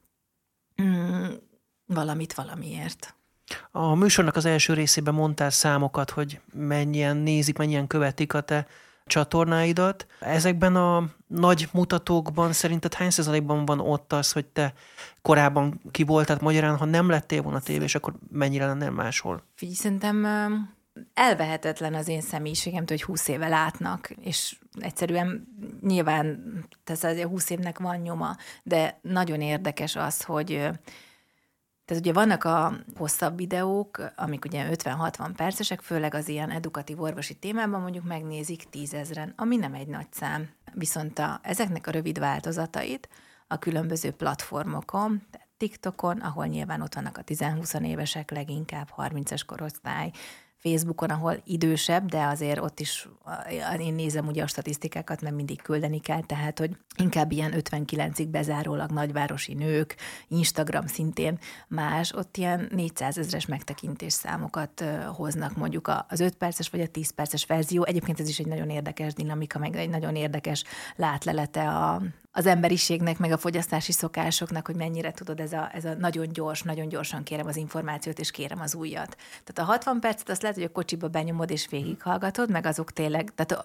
valamit valamiért. A műsornak az első részében mondtál számokat, hogy mennyien nézik, mennyien követik a te csatornáidat. Ezekben a nagy mutatókban szerinted hány százalékban van ott az, hogy te korábban ki voltál, magyarán, ha nem lettél volna tévés, akkor mennyire lennél máshol? Figyelj, szerintem elvehetetlen az én személyiségemtől, hogy 20 éve látnak, és egyszerűen nyilván azért 20 évnek van nyoma, de nagyon érdekes az, hogy tehát ugye vannak a hosszabb videók, amik ugye 50-60 percesek, főleg az ilyen edukatív orvosi témában mondjuk megnézik 10 000-en, ami nem egy nagy szám. Viszont ezeknek a rövid változatait a különböző platformokon, tehát TikTokon, ahol nyilván ott vannak a 10-20 évesek, leginkább 30-es korosztály, Facebookon, ahol idősebb, de azért ott is én nézem ugye a statisztikákat, mert mindig küldeni kell, tehát hogy inkább ilyen 59-ig bezárólag nagyvárosi nők, Instagram szintén más, ott ilyen 400 000-es megtekintés számokat hoznak mondjuk az 5 perces vagy a 10 perces verzió. Egyébként ez is egy nagyon érdekes dinamika, meg egy nagyon érdekes látlelete az emberiségnek, meg a fogyasztási szokásoknak, hogy mennyire tudod, ez a nagyon gyors, nagyon gyorsan kérem az információt, és kérem az újat. Tehát a 60 percet azt lehet, hogy a kocsiba benyomod, és végighallgatod, meg azok tényleg, tehát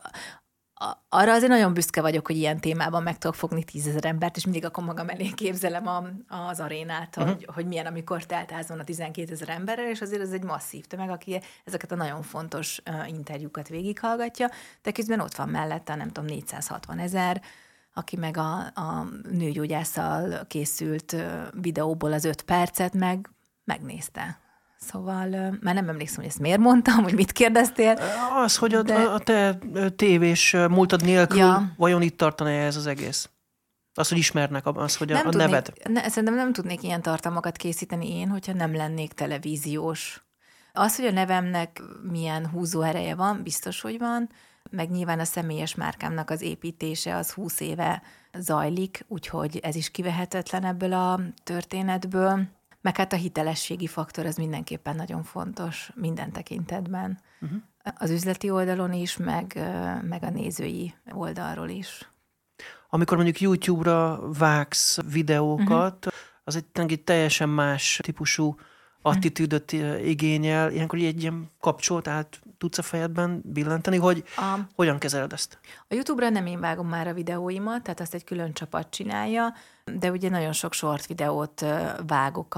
arra azért nagyon büszke vagyok, hogy ilyen témában meg tudok fogni 10 000 embert, és mindig akkor magam elé képzelem az arénát, hogy milyen, amikor teltházon a 12 000 emberrel, és azért ez egy masszív tömeg, aki ezeket a nagyon fontos interjúkat végighallgatja, de közben ott van mellette, nem tudom, 460 000, aki meg a nőgyógyásszal készült videóból az 5 percet megnézte. Szóval már nem emlékszem, hogy ezt miért mondtam, hogy mit kérdeztél. Az, hogy a te tévés múltad nélkül vajon itt tartana ez az egész? Az, hogy ismernek, az, hogy a neved. Szerintem nem tudnék ilyen tartalmakat készíteni én, hogyha nem lennék televíziós. Az, hogy a nevemnek milyen húzóereje van, biztos, hogy van, meg nyilván a személyes márkámnak az építése az 20 éve zajlik, úgyhogy ez is kivehetetlen ebből a történetből. Meg hát a hitelességi faktor az mindenképpen nagyon fontos minden tekintetben. Az üzleti oldalon is, meg a nézői oldalról is. Amikor mondjuk YouTube-ra vágsz videókat, az egy teljesen más típusú attitűdöt igényel. Ilyenkor egy ilyen kapcsolat át tudsz a fejedben billenteni, hogy hogyan kezeled ezt? A YouTube-ra nem én vágom már a videóimat, tehát azt egy külön csapat csinálja, de ugye nagyon sok short videót vágok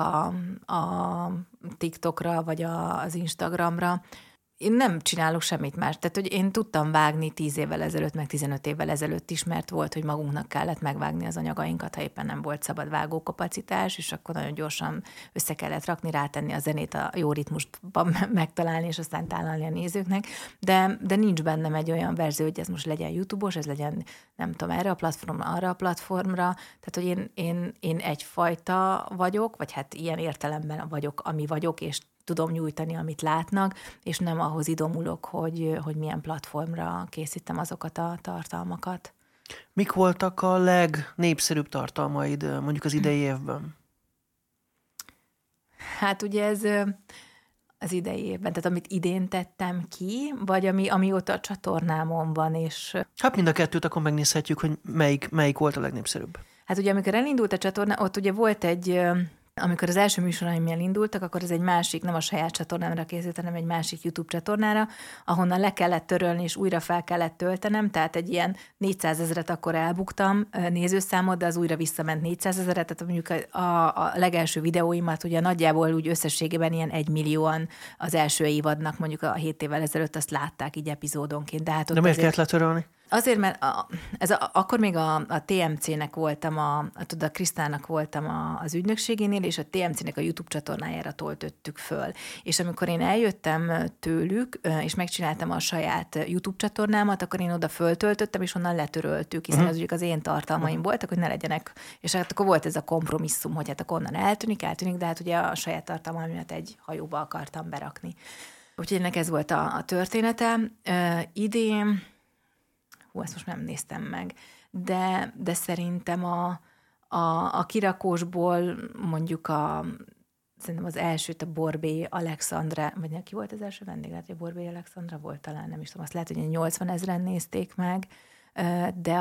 a TikTokra, vagy az Instagramra. Én nem csinálok semmit más. Tehát, hogy én tudtam vágni 10 évvel ezelőtt, meg 15 évvel ezelőtt is, mert volt, hogy magunknak kellett megvágni az anyagainkat, ha éppen nem volt szabad vágókapacitás, és akkor nagyon gyorsan össze kellett rakni, rátenni a zenét a jó ritmusban megtalálni, és aztán találni a nézőknek. De nincs bennem egy olyan verzió, hogy ez most legyen YouTube-os, ez legyen, nem tudom, erre a platformra, arra a platformra. Tehát, hogy én egyfajta vagyok, vagy hát ilyen értelemben vagyok, ami vagyok, és tudom nyújtani, amit látnak, és nem ahhoz idomulok, hogy milyen platformra készítem azokat a tartalmakat. Mik voltak a legnépszerűbb tartalmaid mondjuk az idei évben? Hát ugye ez az idei évben, tehát amit idén tettem ki, vagy ami ott a csatornámon van, és... Hát mind a kettőt, akkor megnézhetjük, hogy melyik volt a legnépszerűbb. Hát ugye amikor elindult a csatorna, ott ugye volt egy Amikor az első műsoraim elindultak, akkor ez egy másik, nem a saját csatornámra készült, hanem egy másik YouTube csatornára, ahonnan le kellett törölni, és újra fel kellett töltenem, tehát egy ilyen 400 000 akkor elbuktam nézőszámot, de az újra visszament 400 000, tehát mondjuk a legelső videóimat ugye nagyjából úgy összességében ilyen 1 millióan az első évadnak, mondjuk a 7 évvel ezelőtt azt látták így epizódonként. De miért kellett letörölni? Azért, mert akkor még a TMC-nek voltam, a Krisztának voltam az ügynökségénél, és a TMC-nek a YouTube csatornájára töltöttük föl. És amikor én eljöttem tőlük, és megcsináltam a saját YouTube csatornámat, akkor én oda föltöltöttem, és onnan letöröltük, hiszen az az én tartalmaim voltak, hogy ne legyenek. És hát akkor volt ez a kompromisszum, hogy hát akkor onnan eltűnik, de hát ugye a saját tartalmaimat egy hajóba akartam berakni. Úgyhogy ennek ez volt a története. Idén ezt most nem néztem meg, de szerintem a kirakósból mondjuk szerintem az elsőt a Borbély Alexandra, vagy ki volt az első vendég? Lehet, hogy a Borbély Alexandra volt talán, nem is tudom, azt lehet, hogy 80 000 nézték meg, de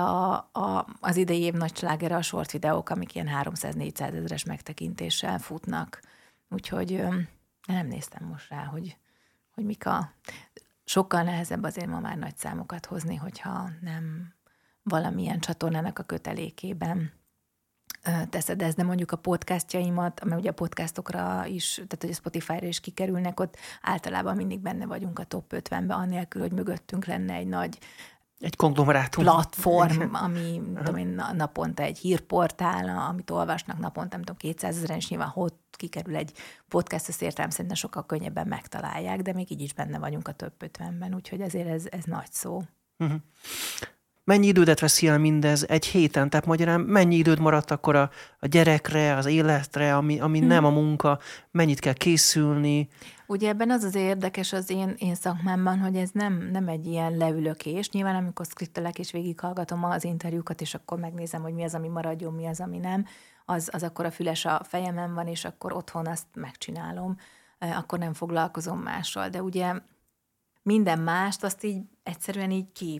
az idei év nagy slágere a short videók, amik ilyen 300-400 000 megtekintéssel futnak. Úgyhogy nem néztem most rá, hogy mik sokkal nehezebb azért ma már nagy számokat hozni, hogyha nem valamilyen csatornának a kötelékében teszed ezt, de mondjuk a podcastjaimat, mert ugye a podcastokra is, tehát hogy a Spotify-ra is kikerülnek, ott általában mindig benne vagyunk a top 50-ben, annélkül, hogy mögöttünk lenne egy nagy konglomerátum platform, ami tudom én, naponta egy hírportál, amit olvasnak naponta, nem tudom, 200 000, és nyilván ott kikerül egy podcast, azt értelem szerintem sokkal könnyebben megtalálják, de még így is benne vagyunk a top 50-ben, úgyhogy ezért ez nagy szó. Uh-huh. Mennyi időt veszi el mindez egy héten? Tehát magyarán mennyi időd maradt akkor a gyerekre, az életre, ami nem a munka? Mennyit kell készülni? Ugye ebben az érdekes az én szakmámban, hogy ez nem egy ilyen leülökés. Nyilván amikor szkriptelek és végighallgatom az interjúkat, és akkor megnézem, hogy mi az, ami maradjon, mi az, ami nem, az akkor a füles a fejemen van, és akkor otthon azt megcsinálom. Akkor nem foglalkozom mással. De ugye minden mást azt így egyszerűen így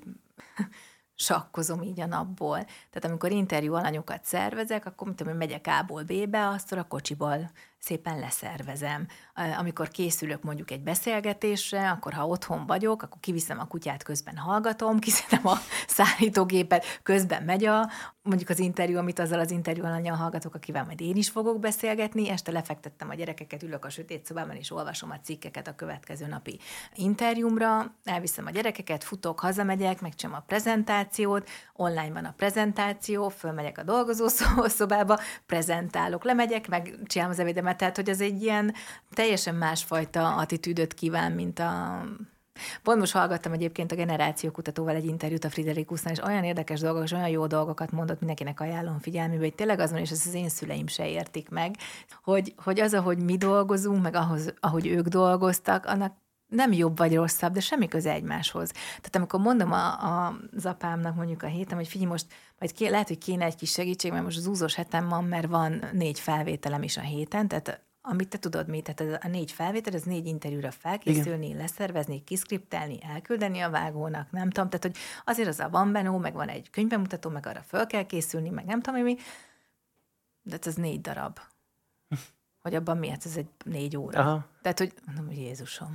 sakkozom így a napból. Tehát amikor interjú alanyokat szervezek, akkor mit tudom, megyek A-ból B-be, azt a kocsiból szépen leszervezem. Amikor készülök mondjuk egy beszélgetésre, akkor ha otthon vagyok, akkor kiviszem a kutyát, közben hallgatom, kiszedem a szállítógépet, közben megy mondjuk az interjú, amit azzal az interjú alanyjal hallgatok, akivel majd én is fogok beszélgetni, este lefektettem a gyerekeket, ülök a sötét szobában, és olvasom a cikkeket a következő napi interjúmra, elviszem a gyerekeket, futok, hazamegyek, megcsinálom a prezentációt, online van a prezentáció, fölmegyek a dolgozószobába, prezentálok, lemegyek, megcsinálom az ebédemet, tehát hogy az egy ilyen teljesen másfajta attitűdöt kíván, mint Pont most hallgattam egyébként a generációkutatóval egy interjút a Friderikusznál, és olyan érdekes dolgok, és olyan jó dolgokat mondott, mindenkinek ajánlom figyelmébe, hogy tényleg az van, és ezt az én szüleim se értik meg, hogy az, ahogy mi dolgozunk, meg ahogy ők dolgoztak, annak nem jobb vagy rosszabb, de semmi köze egymáshoz. Tehát amikor mondom az apámnak mondjuk a héten, hogy figyelj, most majd lehet, hogy kéne egy kis segítség, mert most zúzós hetem van, mert van 4 felvételem is a héten, tehát amit te tudod mi, tehát a 4 felvétel, ez 4 interjúra felkészülni, igen, leszervezni, kiszkriptelni, elküldeni a vágónak, nem tudom, tehát hogy azért az a van benó, meg van egy könyvbemutató, meg arra föl kell készülni, meg nem tudom mi, de ez 4 darab. Hogy abban miért ez egy 4 óra. Aha. Tehát, hogy mondom, hogy Jézusom.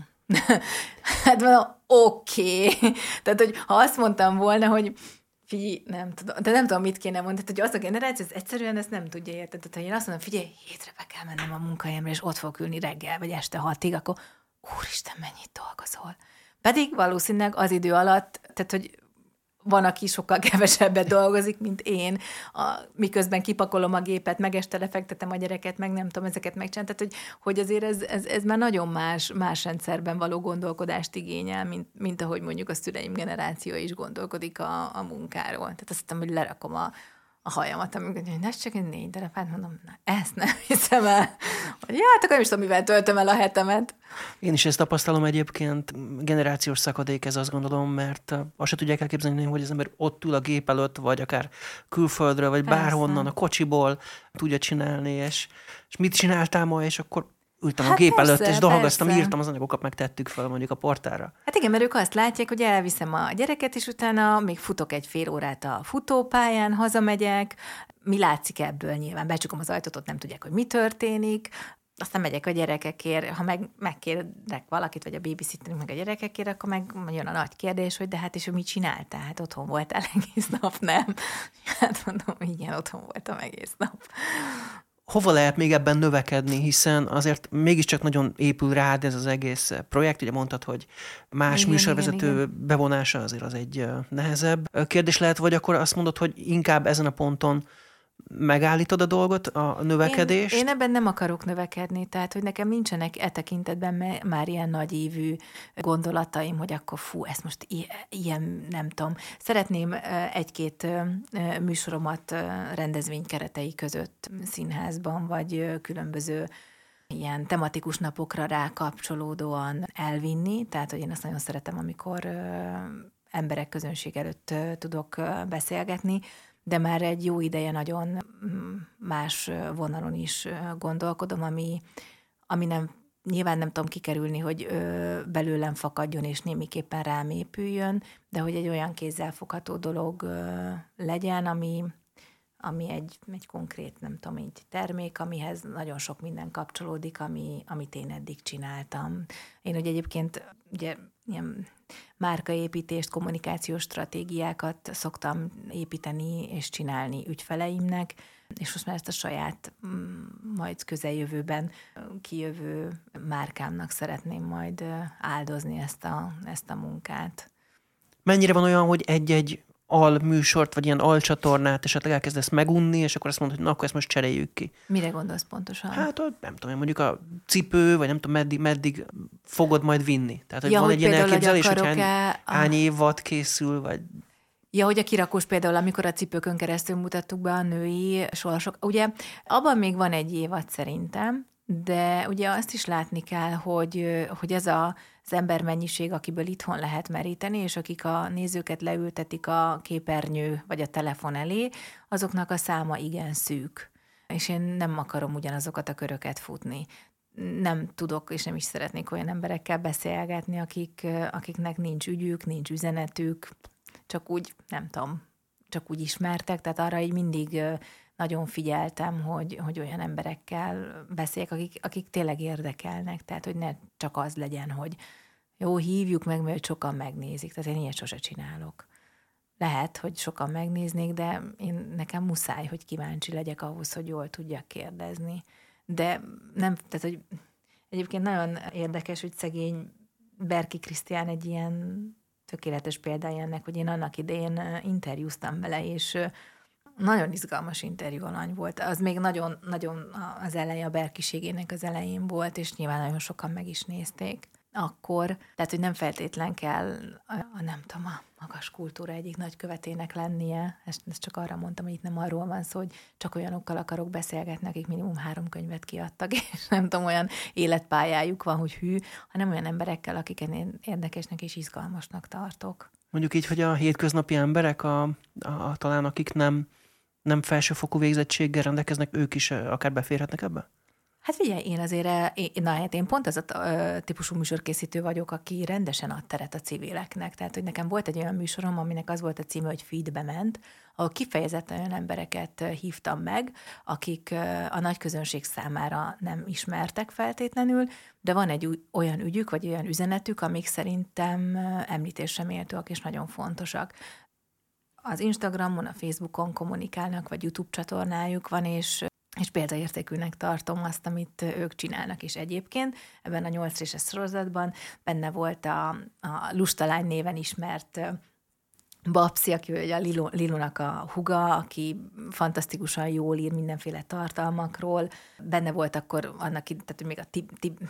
Hát mondom, oké. Tehát, hogy ha azt mondtam volna, hogy figyelj, nem tudom, mit kéne mondani, tehát, hogy az a generáció, ez egyszerűen ezt nem tudja érteni. Tehát, ha én azt mondom, figyelj, hétre be kell mennem a munkahelyemre, és ott fogok ülni reggel, vagy este 6-ig, akkor úristen, mennyit dolgozol. Pedig valószínűleg az idő alatt, tehát, hogy van, aki sokkal kevesebbet dolgozik, mint én, miközben kipakolom a gépet, meg este lefektetem a gyereket, meg nem tudom, ezeket megcsinálni. Tehát, hogy azért ez már nagyon más rendszerben való gondolkodást igényel, mint ahogy mondjuk a szüleim generáció is gondolkodik a munkáról. Tehát azt hiszem, hogy lerakom a hajamat, amikor ez csak egy 4 darab, hát mondom, na, ezt nem hiszem el. Hát akkor nem is tudom, mivel töltöm el a hetemet. Én is ezt tapasztalom egyébként, generációs szakadék ez, azt gondolom, mert azt se tudják elképzelni, hogy az ember ott ül a gép előtt, vagy akár külföldről, vagy persze, bárhonnan a kocsiból tudja csinálni, és mit csináltál ma, és akkor ültem a gép persze, előtt, és dolgoztam, persze. írtam az anyagokat, meg tettük fel mondjuk a portára. Hát igen, mert ők azt látják, hogy elviszem a gyereket, és utána még futok egy fél órát a futópályán, hazamegyek, mi látszik ebből nyilván, becsukom az ajtót, ott nem tudják, hogy mi történik, aztán megyek a gyerekekért, ha megkérdek valakit, vagy a babysitterünk meg a gyerekekért, akkor meg jön a nagy kérdés, hogy de hát és ő mit csináltál? Hát otthon voltál egész nap, nem? Hát mondom, igen, otthon voltam egész nap. Hova lehet még ebben növekedni, hiszen azért mégiscsak nagyon épül rád ez az egész projekt. Ugye mondtad, hogy más Igen, műsorvezető igen. bevonása azért az egy nehezebb kérdés lehet, vagy akkor azt mondod, hogy inkább ezen a ponton megállítod a dolgot, a növekedést? Én ebben nem akarok növekedni, tehát hogy nekem nincsenek e tekintetben már ilyen nagyívű gondolataim, hogy akkor ezt most ilyen nem tudom. Szeretném egy-két műsoromat rendezvény keretei között színházban, vagy különböző ilyen tematikus napokra rákapcsolódóan elvinni, tehát hogy én azt nagyon szeretem, amikor emberek közönség előtt tudok beszélgetni, de már egy jó ideje nagyon más vonalon is gondolkodom, ami nem, nyilván nem tudom kikerülni, hogy belőlem fakadjon és némiképpen rám épüljön, de hogy egy olyan kézzelfogható dolog legyen, ami egy konkrét, nem tudom, egy termék, amihez nagyon sok minden kapcsolódik, amit én eddig csináltam. Én ugye egyébként ugye ilyen márkaépítést, kommunikációs stratégiákat szoktam építeni és csinálni ügyfeleimnek, és most már ezt a saját, majd közeljövőben kijövő márkámnak szeretném majd áldozni ezt a munkát. Mennyire van olyan, hogy egy-egy alműsort, vagy ilyen alcsatornát esetleg elkezdesz megunni, és akkor azt mondod, hogy na, akkor ezt most cseréljük ki. Mire gondolsz pontosan? Hát nem tudom, mondjuk a cipő, vagy nem tudom, meddig fogod majd vinni. Tehát, hogy Ja, van hogy egy ilyen például, elképzelés, hogy hogy hány évad készül, vagy... Ja, hogy a kirakós például, amikor a cipőkön keresztül mutattuk be a női sorsok. Ugye abban még van egy évad szerintem, de ugye azt is látni kell, hogy ez az embermennyiség, akiből itthon lehet meríteni, és akik a nézőket leültetik a képernyő vagy a telefon elé, azoknak a száma igen szűk. És én nem akarom ugyanazokat a köröket futni. Nem tudok, és nem is szeretnék olyan emberekkel beszélgetni, akiknek nincs ügyük, nincs üzenetük, csak úgy, nem tudom, csak úgy ismertek, tehát arra így mindig nagyon figyeltem, hogy olyan emberekkel beszéljek, akik tényleg érdekelnek, tehát hogy ne csak az legyen, hogy jó, hívjuk meg, mert sokan megnézik, tehát én ilyet sose csinálok. Lehet, hogy sokan megnéznék, de nekem muszáj, hogy kíváncsi legyek ahhoz, hogy jól tudjak kérdezni. De nem, tehát hogy egyébként nagyon érdekes, hogy szegény Berki Krisztián egy ilyen tökéletes példája ennek, hogy én annak idején interjúztam vele, és nagyon izgalmas interjú alany volt. Az még nagyon, nagyon az eleje, a berkiségének az elején volt, és nyilván nagyon sokan meg is nézték akkor. Tehát, hogy nem feltétlen kell nem tudom, a magas kultúra egyik nagykövetének lennie. Ezt csak arra mondtam, hogy itt nem arról van szó, hogy csak olyanokkal akarok beszélgetni, akik minimum 3 könyvet kiadtak, és nem tudom, olyan életpályájuk van, hogy hű, hanem olyan emberekkel, akiket én érdekesnek és izgalmasnak tartok. Mondjuk így, hogy a hétköznapi emberek, talán akik nem felsőfokú végzettséggel rendelkeznek, ők is akár beférhetnek ebbe? Hát figyelj, én azért, én pont az a típusú műsorkészítő vagyok, aki rendesen ad teret a civileknek. Tehát, hogy nekem volt egy olyan műsorom, aminek az volt a címe, hogy Feedbe ment, ahol kifejezetten olyan embereket hívtam meg, akik a nagy közönség számára nem ismertek feltétlenül, de van egy olyan ügyük, vagy olyan üzenetük, amik szerintem említésre méltóak és nagyon fontosak. Az Instagramon, a Facebookon kommunikálnak, vagy YouTube csatornájuk van, és példaértékűnek tartom azt, amit ők csinálnak is egyébként. Ebben a 8 részes sorozatban benne volt a Lustalány néven ismert Babsi, aki ugye a Lilunak a húga, aki fantasztikusan jól ír mindenféle tartalmakról. Benne volt akkor annak, tehát még a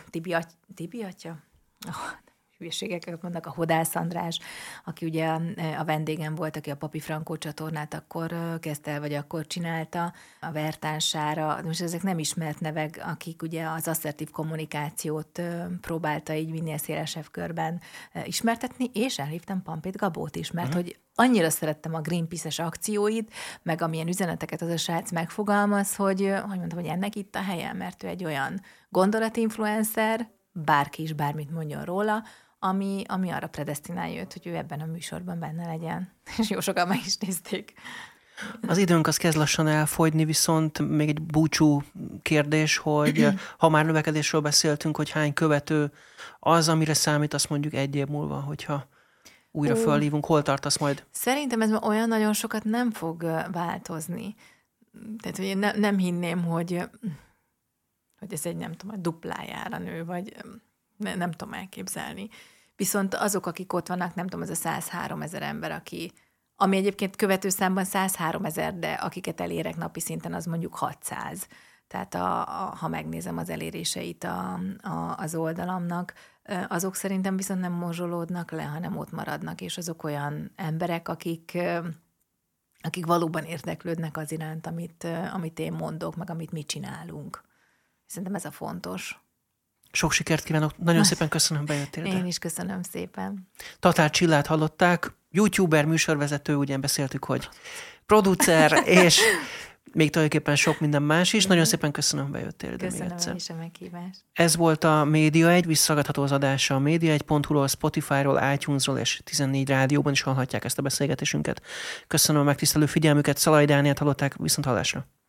Tibi atya? Hülyeségeket mondnak, a Hodász András, aki ugye a vendégem volt, aki a Papi Frankó csatornát akkor kezdte el, vagy akkor csinálta, a Vertánsára. Most ezek nem ismert nevek, akik ugye az asszertív kommunikációt próbálta így minél szélesebb körben ismertetni, és elhívtam Pampét Gabót is, mert hogy annyira szerettem a Greenpeace-es akcióit, meg amilyen üzeneteket az a srác megfogalmaz, hogy mondtam, hogy ennek itt a helye, mert ő egy olyan gondolatinfluencer, bárki is bármit mondjon róla, ami arra predesztinálja őt, hogy ő ebben a műsorban benne legyen. És jó sokan meg is nézték. Az időnk az kezd lassan elfogyni, viszont még egy búcsú kérdés, hogy ha már növekedésről beszéltünk, hogy hány követő az, amire számít, azt mondjuk 1 év múlva, hogyha újra fölhívunk, hol tartasz majd? Szerintem ez olyan nagyon sokat nem fog változni. Tehát, hogy én nem hinném, hogy ez egy, nem tudom, duplájára nő, vagy nem tudom elképzelni. Viszont azok, akik ott vannak, nem tudom, az a 103 000 ember, ami egyébként követőszámban 103 000, de akiket elérek napi szinten, az mondjuk 600. Tehát ha megnézem az eléréseit az oldalamnak, azok szerintem viszont nem morzsolódnak le, hanem ott maradnak, és azok olyan emberek, akik valóban érdeklődnek az iránt, amit én mondok, meg amit mi csinálunk. Szerintem ez a fontos. Sok sikert kívánok, nagyon szépen köszönöm, bejöttél. Én is köszönöm szépen. Tatár Csillát hallották, YouTuber, műsorvezető, ugye beszéltük, hogy producer, és még tulajdonképpen sok minden más is. Nagyon szépen köszönöm, bejöttél. Köszönöm én is a meghívást. Ez volt a Média 1, visszahallgatható az adása a média1.hu-ról, Spotify-ról, iTunes-ról és 14 rádióban is hallhatják ezt a beszélgetésünket. Köszönöm a megtisztelő figyelmüket, Szalai Dánielt hallották, viszont hallásra.